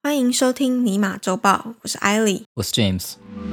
欢迎收听尼玛周报，我是艾莉， 我是 James。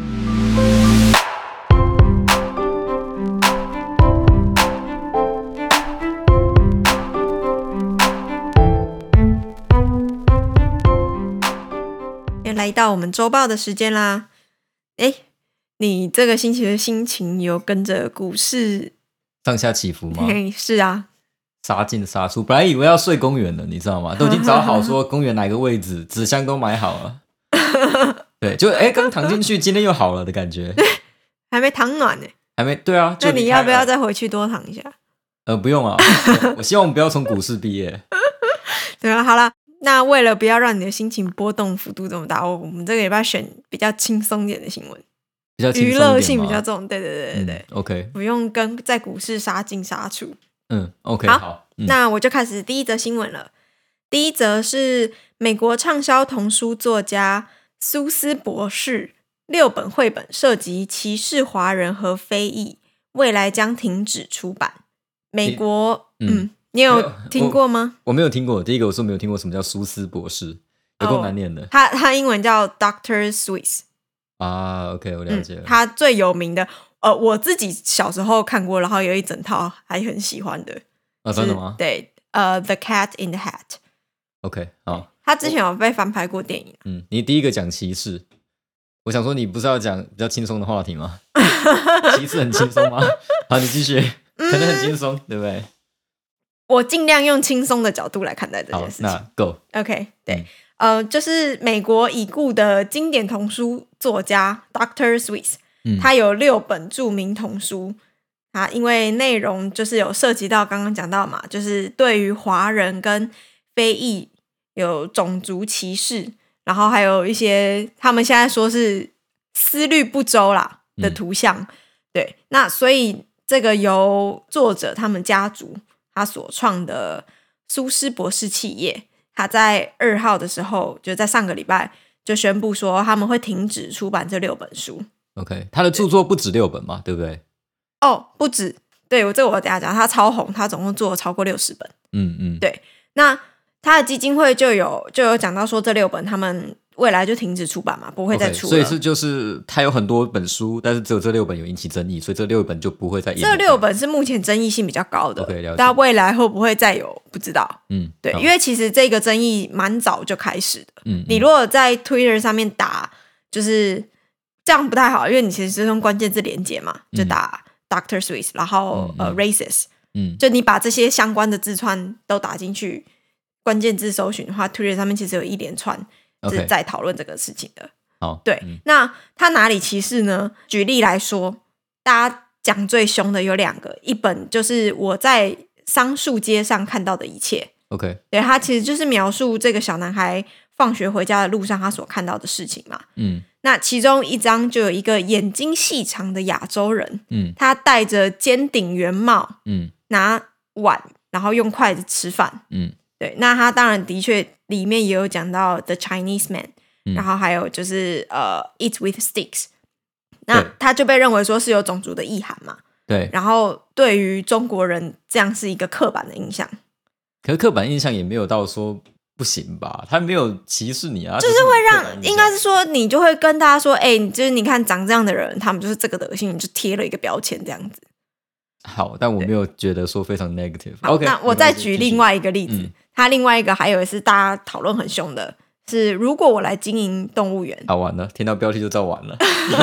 又来到我们周报的时间啦。你这个星期的心情有跟着股市上下起伏吗？ 是啊， 杀进杀出，本来以为要睡公园了，你知道吗？都已经找好说公园哪个位置，纸箱都买好了。对，就刚躺进去，今天又好了的感觉。 还没躺暖呢， 还没，对啊。 那你要不要再回去多躺一下？ 不用啊，我希望我们不要从股市毕业。 对啊，好啦，那为了不要让你的心情波动幅度这么大，我们这个礼拜选比较轻松点的新闻， 比较轻松一点娱乐性比较重。对、 OK， 不用跟在股市杀进杀出。 OK， 好， 那我就开始第一则新闻了。第一则是美国畅销童书作家苏斯博士6本绘本涉及歧视华人和非裔，未来将停止出版。美国，你有听过吗？ 我没有听过。第一个我说没有听过什么叫苏斯博士，有够难念的。 他英文叫 Dr. Seuss 啊 ，OK， 我了解了。 他最有名的，我自己小时候看过，然后有一整套还很喜欢的。 真的吗？ 对，The Cat in the Hat。OK， 好。 他之前有被翻拍过电影。 你第一个讲歧视，我想说你不是要讲比较轻松的话题吗？歧视很轻松吗？好，你继续，可能很轻松，对不对？ 我尽量用轻松的角度来看待这件事情。 好，那 Go。 OK， 对，就是美国已故的经典童书作家 Dr. Seuss，他有6本著名童书。因为内容就是有涉及到刚刚讲到嘛，就是对于华人跟非裔有种族歧视，然后还有一些他们现在说是思虑不周啦的图像。对，那所以这个由作者他们家族他所创的苏斯博士企业，他在2号的时候，就在上个礼拜就宣布说他们会停止出版这6本书。 OK， 他的著作不止6本嘛，对不对？ 不止。对，这个我等一下讲，他超红，他总共做了超过60本。对，那他的基金会就有讲到说这6本他们未来就停止出版嘛，不会再出了。 所以就是他有很多本书，但是只有这6本有引起争议，所以这6本就不会再引起。 这6本是目前争议性比较高的。 OK， 了解。 但未来会不会再有不知道。对，因为其实这个争议蛮早就开始的。你如果在 Twitter 上面打，就是这样不太好，因为你其实是用关键字连结嘛，就打Dr. Seuss， 然后racist，就你把这些相关的字串都打进去，关键字搜寻的话 ，Twitter 上面其实有一连串是在讨论这个事情的。对，那他哪里歧视呢？举例来说，大家讲最凶的有2个，一本就是我在桑树街上看到的一切。对，他其实就是描述这个小男孩放学回家的路上他所看到的事情嘛。那其中一张就有一个眼睛细长的亚洲人，他戴着尖顶圆帽，拿碗然后用筷子吃饭。对，那他当然的确里面也有讲到 The Chinese Man，然后还有就是Eat with Sticks， 那他就被认为说是有种族的意涵嘛。 对， 然后对于中国人这样是一个刻板的印象。 可是刻板印象也没有到说不行吧，他没有歧视你啊， 就是会让，应该是说你就会跟大家说，就是你看长这样的人，他们就是这个德性，你就贴了一个标签这样子。 好，但我没有觉得说非常 negative。 OK， 那我再举另外一个例子，他另外一个还有是大家讨论很凶的是，如果我来经营动物园。 完了，听到标题就知道完了。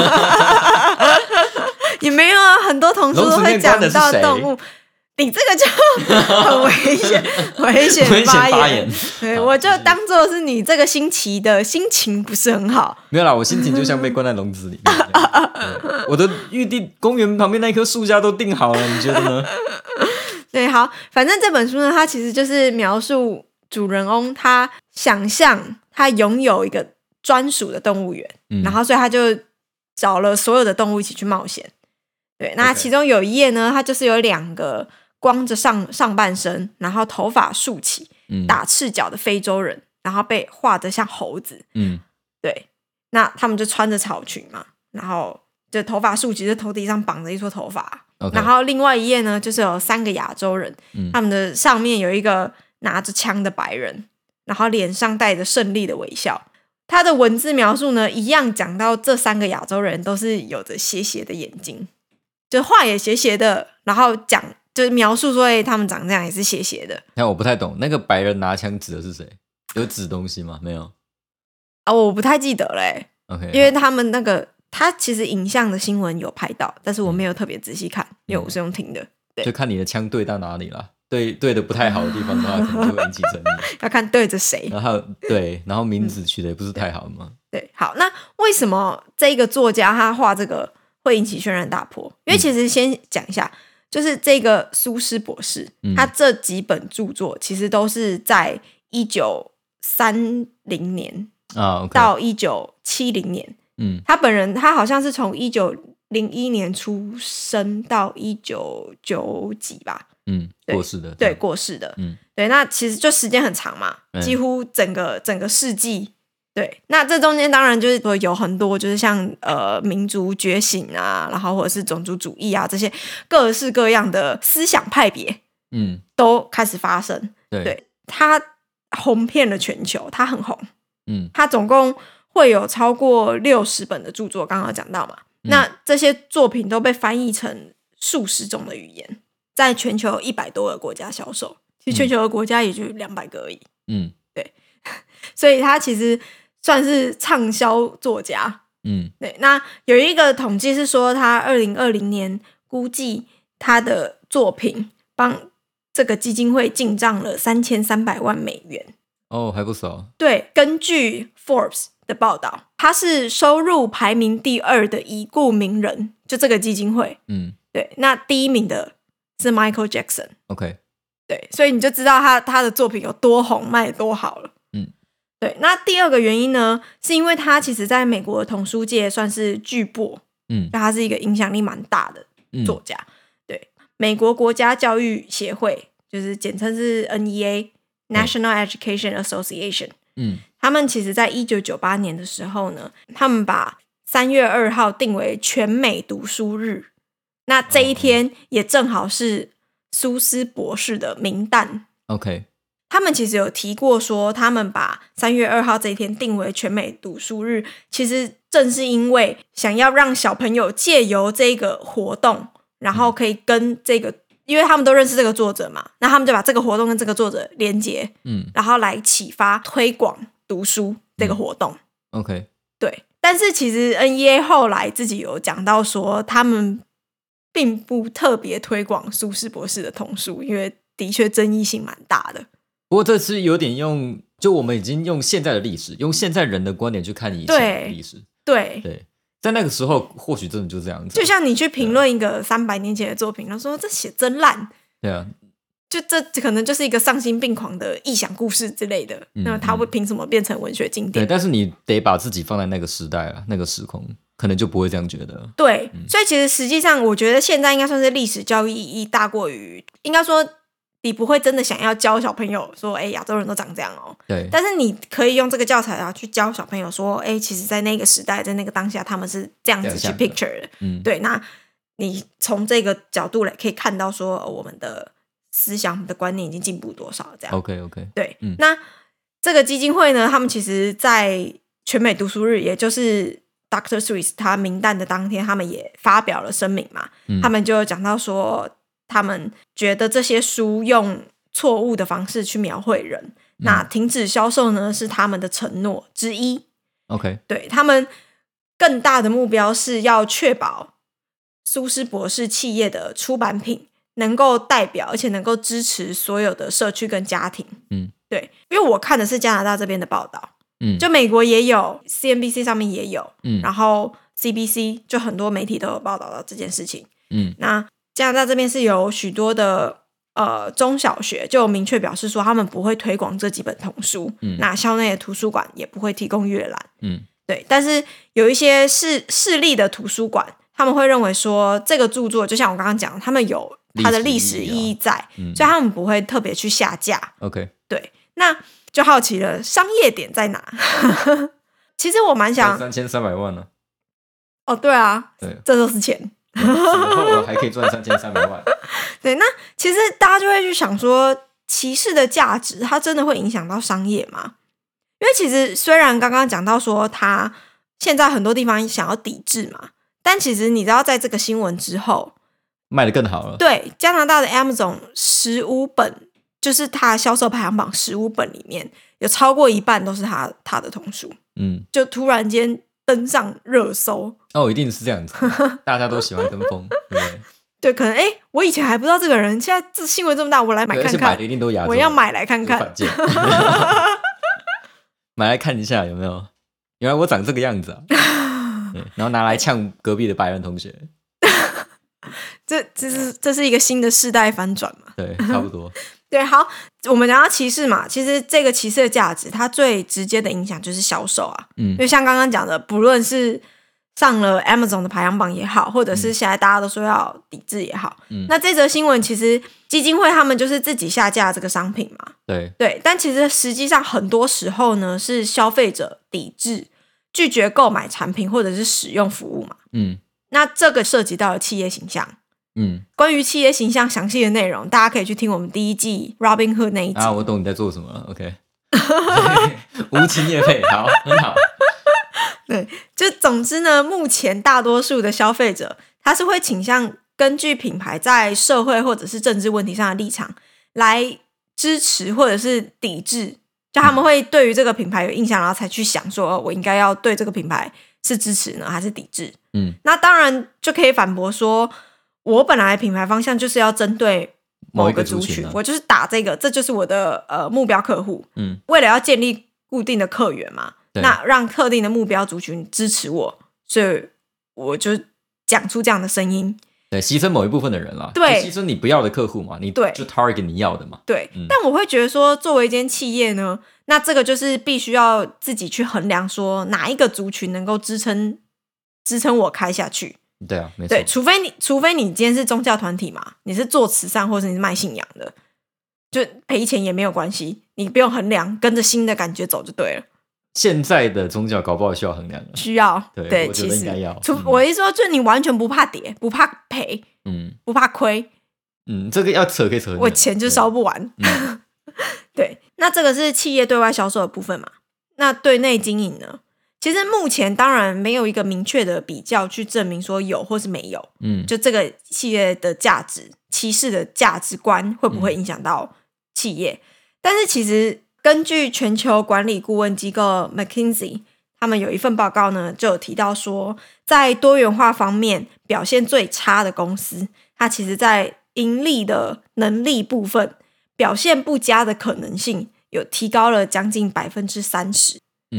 也没有啊，很多童书都会讲到动物，你这个就很危险，危险发言。对，我就当做是你这个星期的心情不是很好。 没有啦，我心情就像被关在笼子里面。我的预定公园旁边那棵树下都定好了，你觉得呢？ 对，好，反正这本书呢，它其实就是描述主人翁他想象他拥有一个专属的动物园，然后所以他就找了所有的动物一起去冒险。对，那其中有一页呢，它就是有2个光着上半身，然后头发竖起，打赤脚的非洲人，然后被画得像猴子。对，那他们就穿着草裙嘛，然后就头发竖起，就头顶上绑着一撮头发。然后另外一页呢，就是有3个亚洲人，他们的上面有一个拿着枪的白人，然后脸上带着胜利的微笑。 他的文字描述呢，一样讲到这3个亚洲人都是有着斜斜的眼睛，就画也斜斜的，然后讲就是描述说他们长这样也是斜斜的。 那我不太懂，那个白人拿枪指的是谁？有指东西吗？没有啊，我不太记得嘞。 OK， 因为他们那个他其实影像的新闻有拍到，但是我没有特别仔细看，因为我是用听的。对， 就看你的枪对到哪里啦。对的不太好的地方的话，可能就会引起争议。 要看对着谁。 然后名字取得也不是太好嘛。 对，好，那为什么这个作家他画这个会引起轩然大波？因为其实先讲一下，就是这个苏斯博士，他这几本著作其实都是在1930年到1970年。他本人他好像是从1901年出生到1990几吧。 过世的。 对，过世的。对，那其实就时间很长嘛，几乎整个世纪。对，那这中间当然就是说有很多就是像民族觉醒啊，然后或者是种族主义啊，这些各式各样的思想派别都开始发生。对，他红遍了全球，他很红。他总共会有超过60本的著作，刚刚讲到嘛。那这些作品都被翻译成数十种的语言，在全球100多个国家销售。其实全球的国家也就200个而已。对，所以他其实算是畅销作家。对。那有一个统计是说，他2020年估计他的作品帮这个基金会进账了3300万美元。 哦，还不少。对， 根据 Forbes 的报道，他是收入排名第2的已故名人，就这个基金会。对，那第1名的是 Michael Jackson。OK。对，所以你就知道他的作品有多红，卖得多好了。对。那第2个原因呢，是因为他其实在美国的童书界算是巨擘。他是一个影响力蛮大的作家。对，美国国家教育协会就是简称是 NEA。National Education Association。他们其实在1998年的时候呢，他们把3月2号定为全美读书日。那这一天也正好是苏斯博士的冥诞。 OK。 他们其实有提过说，他们把3月2号这一天定为全美读书日，其实正是因为想要让小朋友借由这个活动，然后可以跟这个因为他们都认识这个作者嘛，那他们就把这个活动跟这个作者连结，然后来启发推广读书这个活动。 OK。 对，但是其实 NEA 后来自己有讲到说，他们并不特别推广苏斯博士的童书，因为的确争议性蛮大的。 不过这次有点就我们已经用现在的历史，用现在人的观点去看以前的历史。 对。 在那个时候或许真的就这样子， 就像你去评论一个300年前的作品，然后说这写真烂。 对啊， 就这可能就是一个丧心病狂的臆想故事之类的。那他会凭什么变成文学经典？ 对，但是你得把自己放在那个时代那个时空，可能就不会这样觉得。 对。所以其实实际上我觉得现在应该算是历史教育意义大过于，应该说你不会真的想要教小朋友说亚洲人都长这样哦。 对。 但是你可以用这个教材去教小朋友说其实在那个时代，在那个当下他们是这样子去 picture 的。对。那你从这个角度来可以看到说我们的思想，我们的观念已经进步多少这样。 OK。 对。那这个基金会呢，他们其实在全美读书日，也就是 Dr. Seuss 他冥诞的当天，他们也发表了声明嘛。他们就讲到说，他们觉得这些书用错误的方式去描绘人，那停止销售呢是他们的承诺之一。 OK。 对，他们更大的目标是要确保苏斯博士企业的出版品能够代表而且能够支持所有的社区跟家庭。对，因为我看的是加拿大这边的报道。就美国也有 CNBC 上面也有，然后 CBC 就很多媒体都有报道到这件事情。那加拿大这边是有许多的中小学就明确表示说他们不会推广这几本童书。那校内的图书馆也不会提供阅览。对。但是有一些市立的图书馆，他们会认为说这个著作就像我刚刚讲，他们有它的历史意义在，所以他们不会特别去下架。 OK。 对。那就好奇了，商业点在哪？其实我蛮想 3300万呢。 对啊。 对， 这都是钱。 之后还可以赚3300万。 对，那其实大家就会去想说，歧视的价值它真的会影响到商业吗？ 因为其实虽然刚刚讲到说他现在很多地方想要抵制嘛，但其实你知道在这个新闻之后卖得更好了。 对，加拿大的 Amazon 15本，就是它销售排行榜15本里面有超过一半都是他的童书，就突然间登上热搜。 一定是这样子，大家都喜欢跟风，对不对？ 对，可能我以前还不知道这个人，现在这新闻这么大，我来买看看，而且买的一定都亚洲， 我要买来看看， 买来看一下有没有，原来我长这个样子啊，然后拿来呛隔壁的白人同学。 这是一个新的世代翻转嘛？ 对，差不多。 对，好，我们讲到歧视嘛，其实这个歧视的价值，它最直接的影响就是销售啊。因为像刚刚讲的，不论是上了 Amazon 的排行榜也好，或者是现在大家都说要抵制也好，那这则新闻其实基金会他们就是自己下架这个商品嘛。对，但其实实际上很多时候呢，是消费者抵制、拒绝购买产品或者是使用服务嘛。那这个涉及到了企业形象。关于企业形象详细的内容，大家可以去听我们第一季 Robinhood 那一集。 我懂你在做什么了 ，OK 。无情业配，好，很好。 对，就总之呢，目前大多数的消费者，他是会倾向根据品牌在社会或者是政治问题上的立场来支持或者是抵制，就他们会对于这个品牌有印象，然后才去想说，我应该要对这个品牌是支持呢，还是抵制？那当然就可以反驳说，我本来品牌方向就是要针对某个族群，我就是打这个，这就是我的目标客户。为了要建立固定的客源嘛，那让特定的目标族群支持我，所以我就讲出这样的声音。 对，牺牲某一部分的人啦， 对， 牺牲你不要的客户嘛，你就 target 你要的嘛。 对，但我会觉得说，作为一间企业呢，那这个就是必须要自己去衡量，说哪一个族群能够支撑我开下去。 对啊，没错。 对，除非你今天是宗教团体嘛，你是做慈善或是你是卖信仰的，就赔钱也没有关系，你不用衡量，跟着新的感觉走就对了。 现在的宗教搞不好需要衡量了， 需要。对， 我觉得应该要。 我一说，就你完全不怕跌，不怕赔，不怕亏， 这个要扯可以扯很久， 我钱就烧不完。对，那这个是企业对外销售的部分嘛？那对内经营呢？其实目前当然没有一个明确的比较去证明说有或是没有，就这个企业的价值、歧视的价值观会不会影响到企业？但是其实根据全球管理顾问机构 McKinsey， 他们有一份报告呢，就有提到说，在多元化方面表现最差的公司，它其实在盈利的能力部分表现不佳的可能性有提高了将近 30%。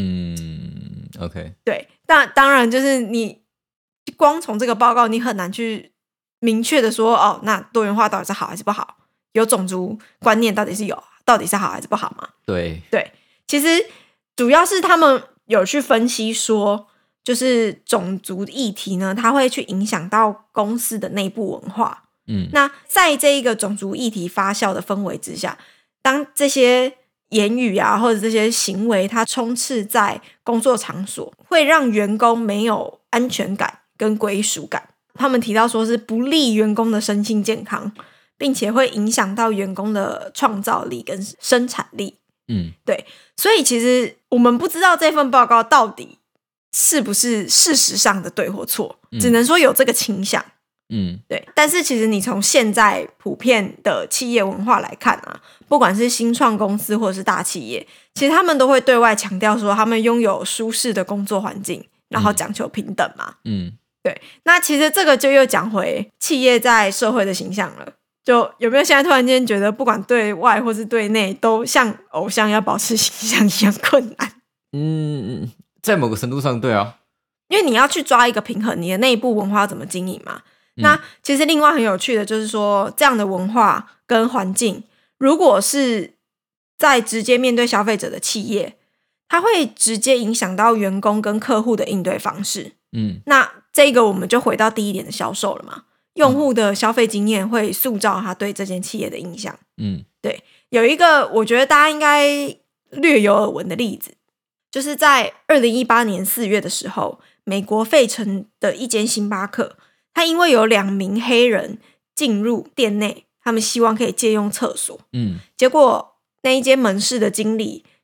OK， 对，当然就是你光从这个报告，你很难去明确的说，那多元化到底是好还是不好？有种族观念到底是好还是不好嘛？ 对， 其实主要是他们有去分析说，就是种族议题呢，它会去影响到公司的内部文化。那在这一个种族议题发酵的氛围之下，当这些言语啊，或者这些行为，它充斥在工作场所，会让员工没有安全感跟归属感。他们提到说是不利员工的身心健康，并且会影响到员工的创造力跟生产力。对，所以其实我们不知道这份报告到底是不是事实上的对或错，只能说有这个倾向。对，但是其实你从现在普遍的企业文化来看啊，不管是新创公司或者是大企业，其实他们都会对外强调说他们拥有舒适的工作环境，然后讲求平等嘛。对，那其实这个就又讲回企业在社会的形象了。就有没有现在突然间觉得不管对外或是对内都像偶像要保持形象一样困难？ 在某个程度上对啊， 因为你要去抓一个平衡，你的内部文化要怎么经营嘛。那其实另外很有趣的就是说，这样的文化跟环境如果是在直接面对消费者的企业，它会直接影响到员工跟客户的应对方式。那这个我们就回到第一点的销售了嘛，用户的消费经验会塑造他对这间企业的印象。对，有一个我觉得大家应该略有耳闻的例子，就是在2018年4月的时候，美国费城的一间星巴克，他因为有2名黑人进入店内，他们希望可以借用厕所。结果那一间门市的经理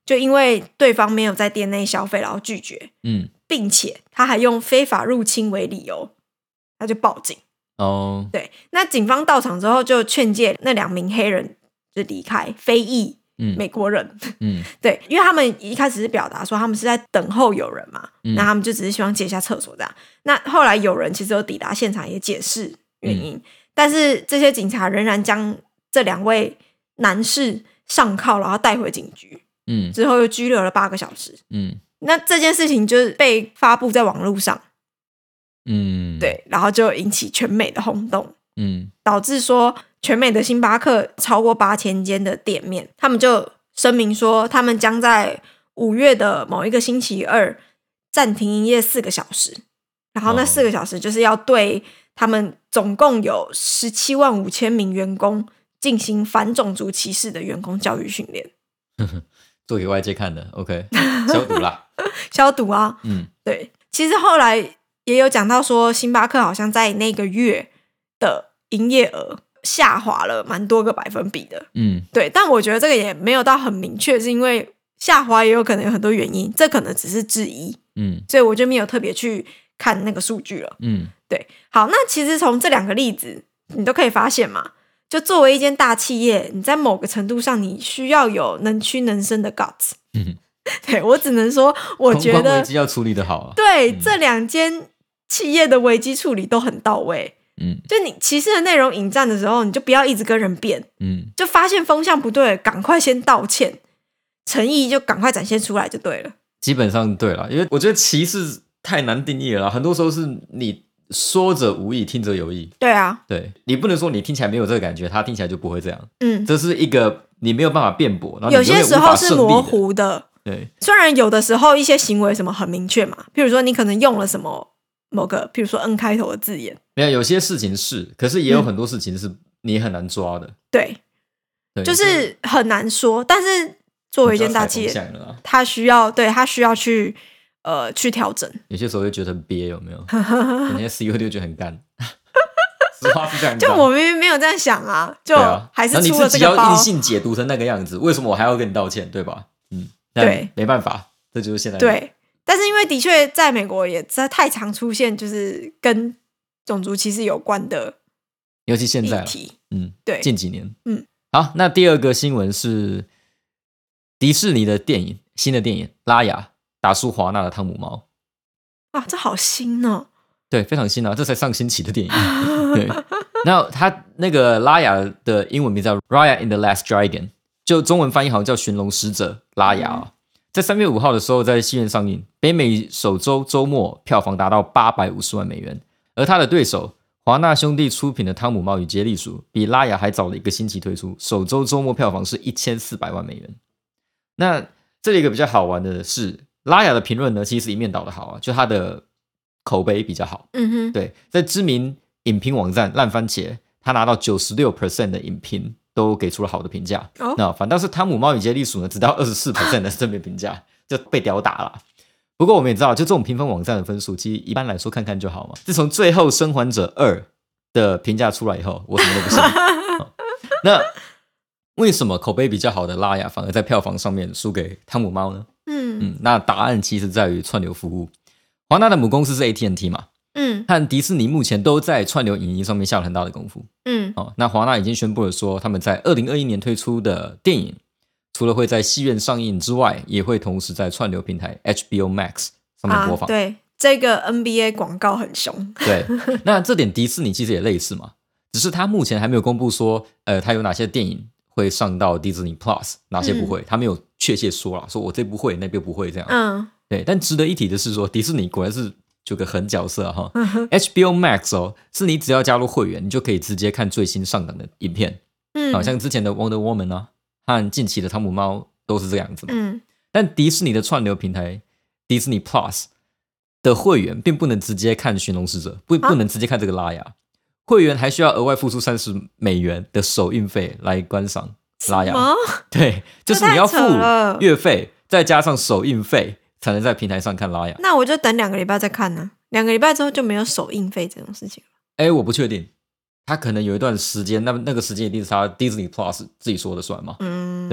就因为对方没有在店内消费，然后拒绝，并且他还用非法入侵为理由，他就报警。对，那警方到场之后就劝诫那2名黑人就离开，非裔美国人。对，因为他们一开始是表达说他们是在等候友人嘛，那他们就只是希望借一下厕所这样。那后来友人其实有抵达现场也解释原因，但是这些警察仍然将这2位男士上铐，然后带回警局。之后又拘留了8个小时。那这件事情就是被发布在网络上。对，然后就引起全美的轰动。导致说全美的星巴克超过8000间的店面，他们就声明说他们将在5月的某一个星期二暂停营业4个小时，然后那4个小时就是要对他们总共有175000名员工进行反种族歧视的员工教育训练。 做给外界看的 OK 消毒啦。 消毒啊。对，其实后来也有讲到说星巴克好像在那个月的营业额下滑了蛮多个%的。对，但我觉得这个也没有到很明确，是因为下滑也有可能有很多原因，这可能只是之一。所以我就没有特别去看那个数据了。对，好，那其实从这2个例子你都可以发现嘛，就作为一间大企业，你在某个程度上你需要有能屈能伸的 guts。对，我只能说我觉得公关危机要处理得好。 对，这2间企业的危机处理都很到位。就你歧视的内容引战的时候，你就不要一直跟人辩。就发现风向不对，赶快先道歉，诚意就赶快展现出来就对了。 基本上对了，因为我觉得歧视太难定义了啦，很多时候是你说者无意，听者有意。 对啊， 对，你不能说你听起来没有这个感觉，他听起来就不会这样。这是一个你没有办法辩驳，然后有些时候是模糊的。 对， 虽然有的时候一些行为什么很明确嘛，譬如说你可能用了什么某个譬如说 N 开头的字眼。 没有，有些事情是，可是也有很多事情是你很难抓的。 对，就是很难说，但是作为一间大企业，他需要去调整。有些时候会觉得很憋，有没有？有些 CEO 就觉得很干。实话是这样， 就我明明没有这样想啊，就还是出了这个包。你自己要硬性解读成那个样子，为什么我还要跟你道歉，对吧？ 对， 没办法，这就是现在。 对，但是因为的确在美国也太常出现，就是跟种族歧视有关的， 尤其现在对，近几年。好，那第2个新闻是迪士尼的新的电影《拉雅》打输华纳的汤姆猫。 啊，这好新哦！ 对，非常新啊，这才上星期的电影。对，那它那个拉雅的英文名叫 Raya and the Last Dragon， 就中文翻译好像叫寻龙使者拉雅。在3月5号的时候在戏院上映，北美首周末票房达到$850万，而他的对手华纳兄弟出品的《汤姆猫与杰利鼠》比拉雅还早了1个星期推出，首周末票房是$1400万。那这里一个比较好玩的是，拉雅的评论呢，其实一面倒的好啊，就他的口碑比较好。对，在知名影评网站烂番茄，他拿到 96% 的影评都给出了好的评价。那反倒是汤姆猫与杰利鼠呢，只到 24% 的正面评价，就被屌打了。不过我们也知道，就这种评分网站的分数，其实一般来说看看就好嘛。自从最后《生还者2》的评价出来以后，我什么都不信。那为什么口碑比较好的拉雅反而在票房上面输给汤姆猫呢？那答案其实在于串流服务。华纳的母公司是 AT&T 嘛，和迪士尼目前都在串流影音上面下了很大的功夫。那华纳已经宣布了说，他们在2021年推出的电影，除了会在戏院上映之外，也会同时在串流平台 HBO Max 上面播放。 对，这个 NBA 广告很凶。 对，那这点迪士尼其实也类似嘛，只是他目前还没有公布说，他有哪些电影会上到 Disney Plus， 哪些不会，他没有确切说啦，说我这部会，那边不会这样。对，但值得一提的是说，迪士尼果然是就个狠角色哈。HBO Max 是你只要加入会员，你就可以直接看最新上档的影片。好像之前的 Wonder Woman 啊，和近期的汤姆猫都是这样子嘛。但迪士尼的串流平台 Disney Plus 的会员并不能直接看寻龙使者，不能直接看这个拉雅。会员还需要额外付出$30的首映费来观赏拉雅。对，就是你要付月费，再加上首映费，才能在平台上看拉雅。 那我就等2个礼拜再看呢。2个礼拜之后就没有首映费这种事情了。我不确定，他可能有一段时间，那个时间一定是他 Disney Plus 自己说的算嘛。对，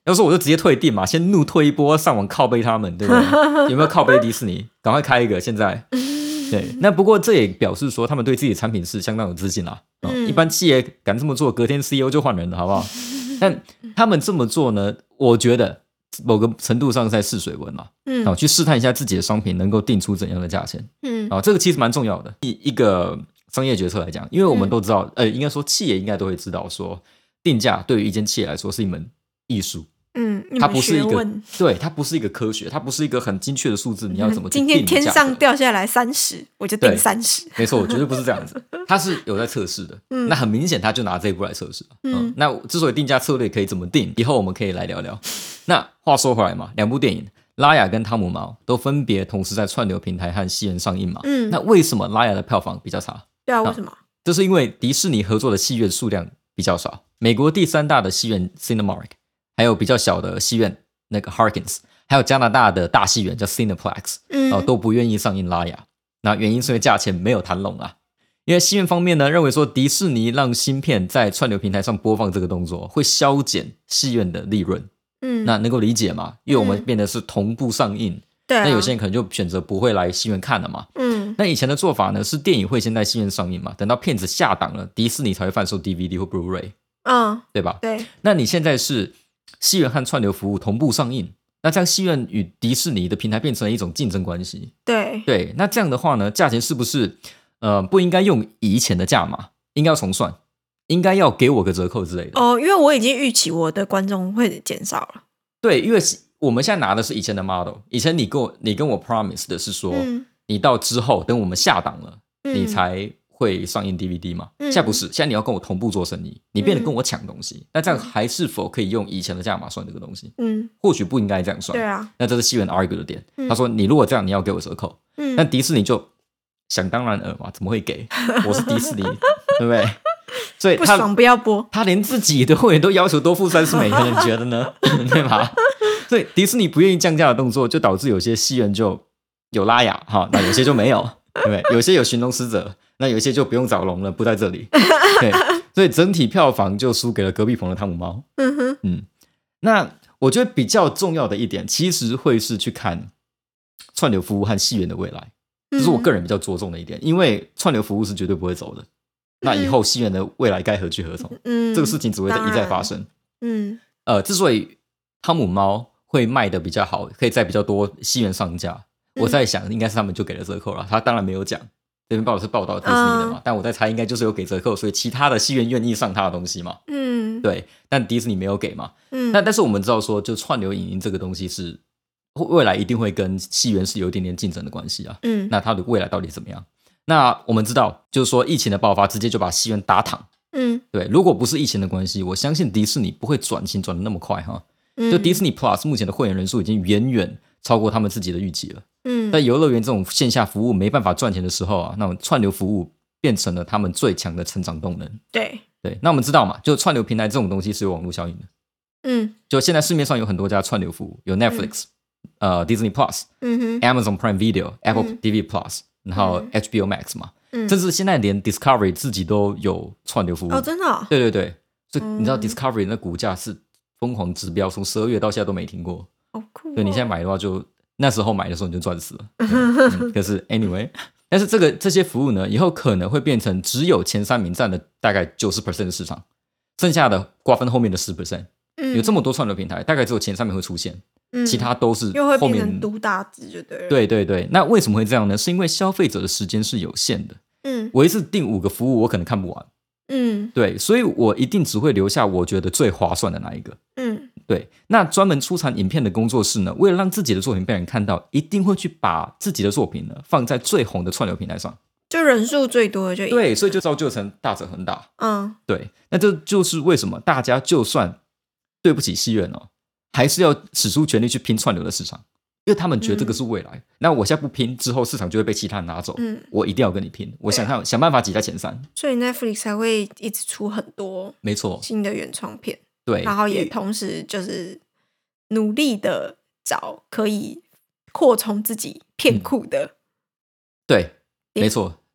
要说我就直接退订嘛，先怒退一波，上网靠背他们，对不对？有没有靠背迪士尼？赶快开一个，现在。对，那不过这也表示说他们对自己的产品是相当有自信啦。一般企业敢这么做，隔天 CEO 就换人了，好不好？但他们这么做呢，我觉得某个程度上是在试水温嘛，去试探一下自己的商品能够定出怎样的价钱。这个其实蛮重要的，一个商业决策来讲，因为我们都知道，应该说企业应该都会知道说，定价对于一间企业来说是一门艺术。它不是一个，对，它不是一个科学，它不是一个很精确的数字，你要怎么去定价？ 今天天上掉下来30，我就定30。 没错，绝对不是这样子，它是有在测试的。那很明显，他就拿这一步来测试。那之所以定价策略可以怎么定，以后我们可以来聊聊。那话说回来嘛，两部电影拉雅跟汤姆猫都分别同时在串流平台和戏院上映嘛。那为什么拉雅的票房比较差？ 对啊，为什么？ 这是因为迪士尼合作的戏院数量比较少，美国第3大的戏院 Cinemark。还有比较小的戏院那个 Harkins， 还有加拿大的大戏院叫 Cineplex，都不愿意上映拉雅。那原因是因为价钱没有谈拢啊。因为戏院方面呢，认为说迪士尼让新片在串流平台上播放这个动作，会削减戏院的利润。那能够理解嘛？因为我们变得是同步上映，那有些人可能就选择不会来戏院看了嘛。那以前的做法呢，是电影会先在戏院上映嘛，等到片子下档了，迪士尼才会贩售 DVD 或 Blu-ray，对吧？ 对。 那你现在是戏院和串流服务同步上映，那这样戏院与迪士尼的平台变成了一种竞争关系。对，那这样的话呢，价钱是不是不应该用以前的价码，应该要重算，应该要给我个折扣之类的？ 因为我已经预期我的观众会减少了。 对，因为我们现在拿的是以前的 model， 以前你跟我 promise 的是说，你到之后等我们下档了，你才会上映 DVD 嘛？现在不是，现在你要跟我同步做生意，你变得跟我抢东西，那这样还是否可以用以前的价码算这个东西？或许不应该这样算。 对啊， 那这是戏院 argue 的点。他说你如果这样，你要给我折扣。那迪士尼就想当然尔嘛，怎么会给？我是迪士尼，对不对？所以不爽不要播。 他连自己的会员都要求多付$30，你觉得呢？对吧？所以迪士尼不愿意降价的动作，就导致有些戏院就有拉雅哈，那有些就没有，对不对？有些有寻龙使者。那有一些就不用找龙了，不在这里。对，所以整体票房就输给了隔壁棚的汤姆猫。那我觉得比较重要的一点，其实会是去看串流服务和戏院的未来，这是我个人比较着重的一点，因为串流服务是绝对不会走的。那以后戏院的未来该何去何从？这个事情只会一再发生。之所以汤姆猫会卖的比较好，可以在比较多戏院上架，我在想应该是他们就给了折扣了，他当然没有讲。这边报道是报道迪士尼的嘛，但我在猜应该就是有给折扣，所以其他的戏院愿意上他的东西嘛。对，但迪士尼没有给嘛。但是我们知道说，就串流影音这个东西是未来一定会跟戏院是有一点点竞争的关系啊。那它的未来到底怎么样？那我们知道，就是说疫情的爆发直接就把戏院打躺。对，如果不是疫情的关系，我相信迪士尼不会转型转得那么快哈。就迪士尼 Plus 目前的会员人数已经远远超过他们自己的预期了。在游乐园这种线下服务没办法赚钱的时候啊，那种串流服务变成了他们最强的成长动能。 对， 那我们知道嘛，就串流平台这种东西是有网络效应的。就现在市面上有很多家串流服务，有 Netflix、Disney Plus、Amazon Prime Video、Apple TV Plus， 然后 HBO Max 嘛，甚至现在连 Discovery 自己都有串流服务。 真的哦？ 对，所以你知道 Discovery 那股价是疯狂指标，从12月到现在都没停过。 好酷哦！ 对，你现在买的话就那时候买的时候你就赚死了。可是 anyway， 但是这些服务呢，以后可能会变成只有前3名占了大概 90% 的市场，剩下的瓜分后面的 10%。有这么多串流平台，大概只有前3名会出现，其他都是又会后面变成独大值就对了。 对，那为什么会这样呢？是因为消费者的时间是有限的。我一次订5个服务，我可能看不完。对，所以我一定只会留下我觉得最划算的那一个。对，那专门出产影片的工作室呢，为了让自己的作品被人看到，一定会去把自己的作品呢放在最红的串流平台上， 就人数最多的就对，所以就造就成大者恒大。对，那这就是为什么大家就算对不起戏院哦，还是要使出全力去拼串流的市场，因为他们觉得这个是未来。那我现在不拼，之后市场就会被其他人拿走。我一定要跟你拼，我想办法挤在前3。 所以 Netflix 才会一直出很多没错新的原创片。 对， 然后也同时就是努力的找可以扩充自己片库的。 对，没错，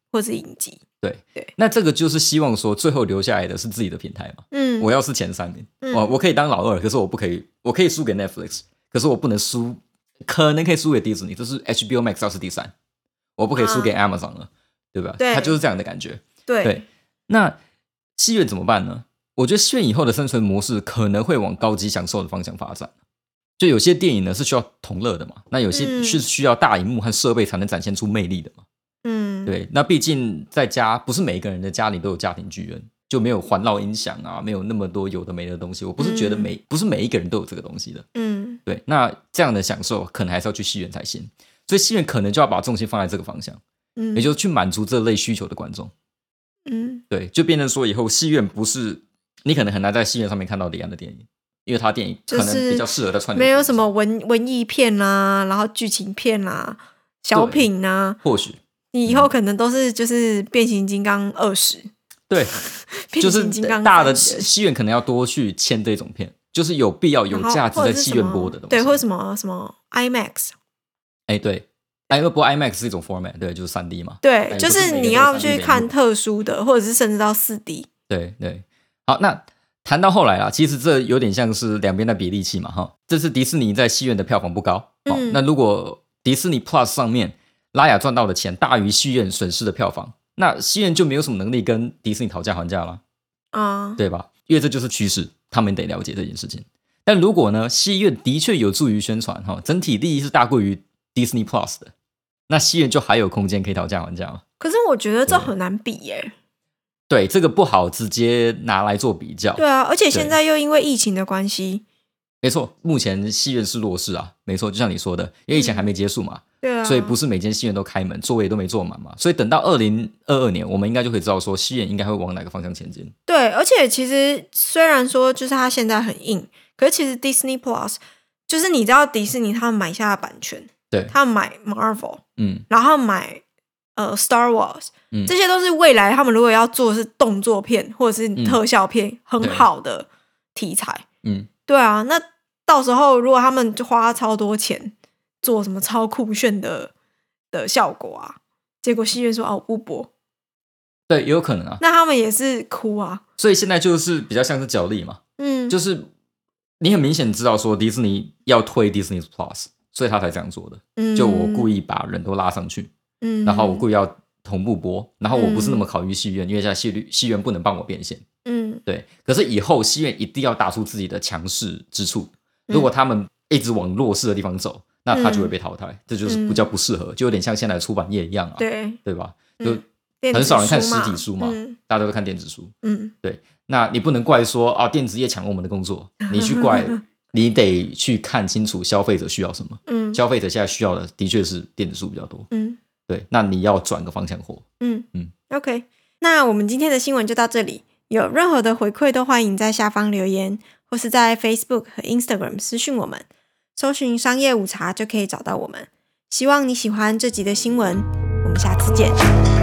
或是影集。 对，那这个就是希望说最后留下来的是自己的平台嘛。我要是前3名，我可以当老二，可是我可以输给 Netflix， 可是我不能输，可能可以输给迪士尼，这是 HBO Max 要是第3，我不可以输给 Amazon 了，对吧？ 对， 它就是这样的感觉。 对， 那戏院怎么办呢？我觉得戏院以后的生存模式可能会往高级享受的方向发展。就有些电影呢是需要同乐的嘛，那有些是需要大荧幕和设备才能展现出魅力的嘛。对，那毕竟在家不是每一个人的家里都有家庭剧院，就没有环绕音响啊，没有那么多有的没的东西。我不是觉得不是每一个人都有这个东西的。对，那这样的享受可能还是要去戏院才行，所以戏院可能就要把重心放在这个方向，也就是去满足这类需求的观众。对，就变成说以后戏院不是你可能很难在戏院上面看到李安的电影，因为他电影可能比较适合在串流， 没有什么文艺片啦，然后剧情片啦，小品啦， 或许你以后可能都是就是变形金刚20， 对，就是大的戏院可能要多去签这种片，就是有必要有价值在戏院播的东西， 对，或者什么 IMAX， 对。不过 IMAX 是一种 format， 对，就是 3D 嘛。 对，就是你要去看特殊的，或者是甚至到 4D。 对。好，那谈到后来啦，其实这有点像是两边的比例器嘛，哈。这次迪士尼在戏院的票房不高，那如果迪士尼 Plus 上面拉雅赚到的钱大于戏院损失的票房，那戏院就没有什么能力跟迪士尼讨价还价了，对吧？因为这就是趋势，他们得了解这件事情。但如果呢，戏院的确有助于宣传，整体利益是大过于 Disney Plus 的，那戏院就还有空间可以讨价还价吗？ 可是我觉得这很难比耶。 对，这个不好直接拿来做比较。 对啊，而且现在又因为疫情的关系， 没错，目前戏院是弱势啊，没错，就像你说的，因为疫情还没结束嘛， 对啊， 所以不是每间戏院都开门，座位都没坐满嘛，所以等到2022年，我们应该就可以知道说戏院应该会往哪个方向前进。 对，而且其实虽然说就是它现在很硬，可是其实 Disney Plus 就是你知道迪士尼他们买下的版权。 对， 他们买 Marvel，然后买Star Wars，这些都是未来他们如果要做的是动作片或者是特效片，很好的题材。对啊，那到时候如果他们就花超多钱做什么超酷炫的效果啊，结果戏院说我不播， 对，也有可能啊。 那他们也是哭啊。 所以现在就是比较像是角力嘛，就是你很明显知道说迪士尼要推 Disney Plus。所以他才这样做的，就我故意把人都拉上去，然后我故意要同步播，然后我不是那么考虑戏院，因为现在戏院不能帮我变现，对。可是以后戏院一定要打出自己的强势之处，如果他们一直往弱势的地方走，那他就会被淘汰，这就是比较不适合，就有点像现在的出版业一样啊，对吧？就很少人看实体书嘛，大家都看电子书，对。那你不能怪说电子业抢我们的工作，你去怪。你得去看清楚消费者需要什么，消费者现在需要的的确是电子书比较多，对，那你要转个方向活。 OK， 那我们今天的新闻就到这里，有任何的回馈都欢迎在下方留言，或是在 Facebook 和 Instagram 私讯我们，搜寻商业午茶就可以找到我们。希望你喜欢这集的新闻，我们下次见。